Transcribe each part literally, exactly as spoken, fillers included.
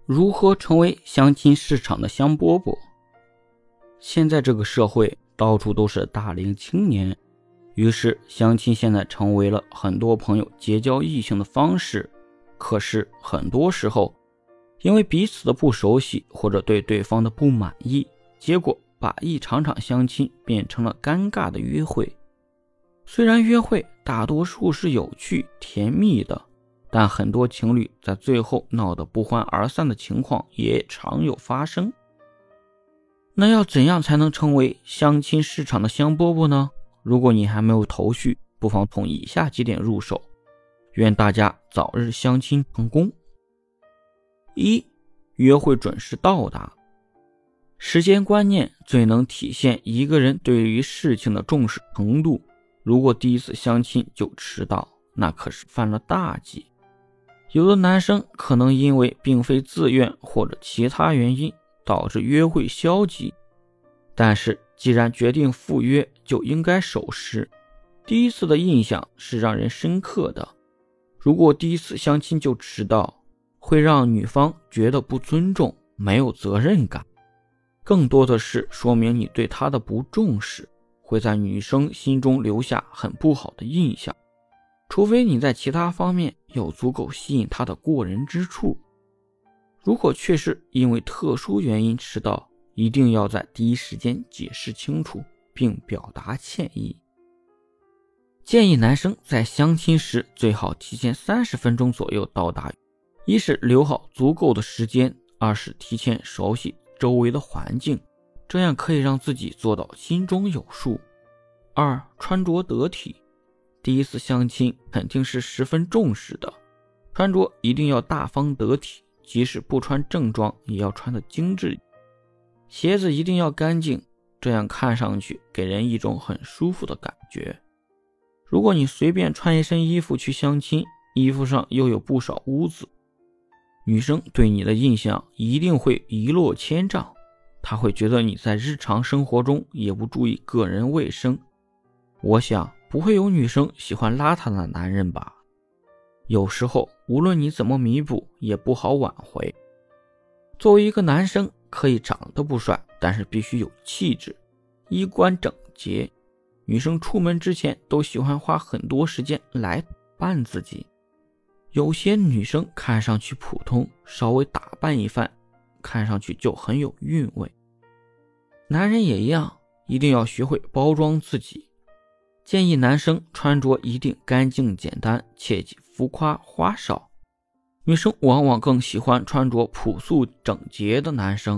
如何成为相亲市场的香饽饽？现在这个社会到处都是大龄青年，于是相亲现在成为了很多朋友结交异性的方式。可是很多时候因为彼此的不熟悉或者对对方的不满意，结果把一场场相亲变成了尴尬的约会。虽然约会大多数是有趣甜蜜的，但很多情侣在最后闹得不欢而散的情况也常有发生。那要怎样才能成为相亲市场的香饽饽呢？如果你还没有头绪，不妨从以下几点入手，愿大家早日相亲成功。一、约会准时到达。时间观念最能体现一个人对于事情的重视程度，如果第一次相亲就迟到，那可是犯了大忌。有的男生可能因为并非自愿或者其他原因导致约会消极，但是既然决定赴约，就应该守时。第一次的印象是让人深刻的，如果第一次相亲就迟到，会让女方觉得不尊重，没有责任感，更多的是说明你对她的不重视，会在女生心中留下很不好的印象，除非你在其他方面有足够吸引她的过人之处。如果确实因为特殊原因迟到，一定要在第一时间解释清楚并表达歉意。建议男生在相亲时最好提前三十分钟左右到达，一是留好足够的时间，二是提前熟悉周围的环境，这样可以让自己做到心中有数。二、穿着得体。第一次相亲肯定是十分重视的，穿着一定要大方得体，即使不穿正装也要穿得精致，鞋子一定要干净，这样看上去给人一种很舒服的感觉。如果你随便穿一身衣服去相亲，衣服上又有不少污渍，女生对你的印象一定会一落千丈，她会觉得你在日常生活中也不注意个人卫生。我想不会有女生喜欢邋遢的男人吧？有时候无论你怎么弥补也不好挽回。作为一个男生，可以长得不帅，但是必须有气质，衣冠整洁。女生出门之前都喜欢花很多时间来打扮自己，有些女生看上去普通，稍微打扮一番，看上去就很有韵味。男人也一样，一定要学会包装自己。建议男生穿着一定干净简单，切忌浮夸花哨。女生往往更喜欢穿着朴素整洁的男生。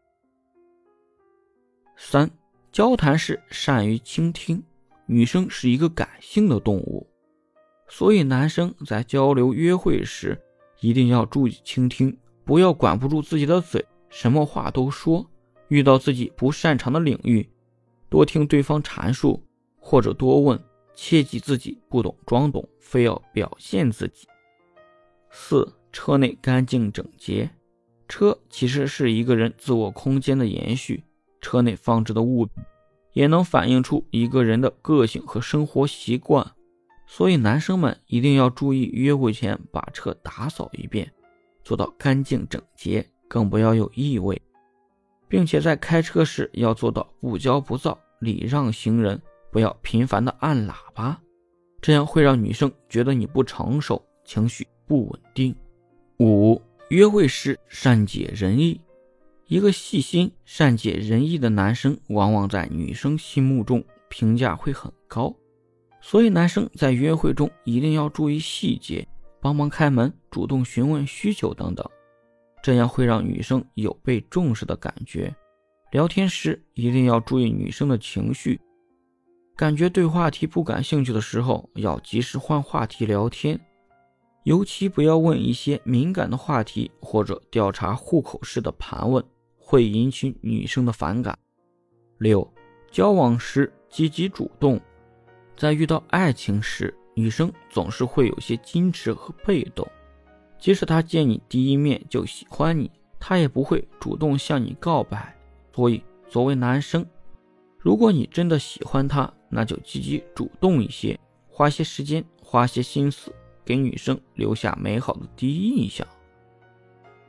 三、交谈时善于倾听。女生是一个感性的动物，所以男生在交流约会时一定要注意倾听，不要管不住自己的嘴，什么话都说。遇到自己不擅长的领域，多听对方阐述，或者多问，切记自己不懂装懂，非要表现自己。四、车内干净整洁。车其实是一个人自我空间的延续，车内放置的物品也能反映出一个人的个性和生活习惯，所以男生们一定要注意约会前把车打扫一遍，做到干净整洁，更不要有异味，并且在开车时要做到不骄不躁，礼让行人，不要频繁的按喇叭，这样会让女生觉得你不成熟，情绪不稳定。五、约会时善解人意。一个细心善解人意的男生往往在女生心目中评价会很高，所以男生在约会中一定要注意细节，帮忙开门，主动询问需求等等，这样会让女生有被重视的感觉。聊天时一定要注意女生的情绪，感觉对话题不感兴趣的时候要及时换话题聊天，尤其不要问一些敏感的话题或者调查户口式的盘问，会引起女生的反感。六、交往时积极主动。在遇到爱情时，女生总是会有些矜持和被动，即使她见你第一面就喜欢你，她也不会主动向你告白。所以作为男生，如果你真的喜欢她，那就积极主动一些，花些时间，花些心思，给女生留下美好的第一印象。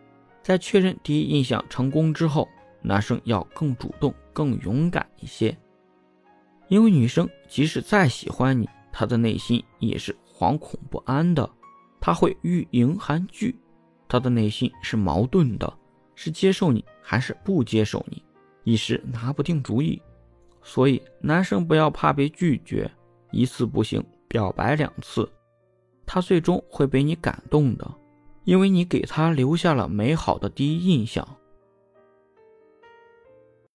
在确认第一印象成功之后，男生要更主动更勇敢一些，因为女生即使再喜欢你，她的内心也是惶恐不安的，她会欲迎还拒，她的内心是矛盾的，是接受你还是不接受你，一时拿不定主意。所以男生不要怕被拒绝，一次不行表白两次，他最终会被你感动的，因为你给他留下了美好的第一印象。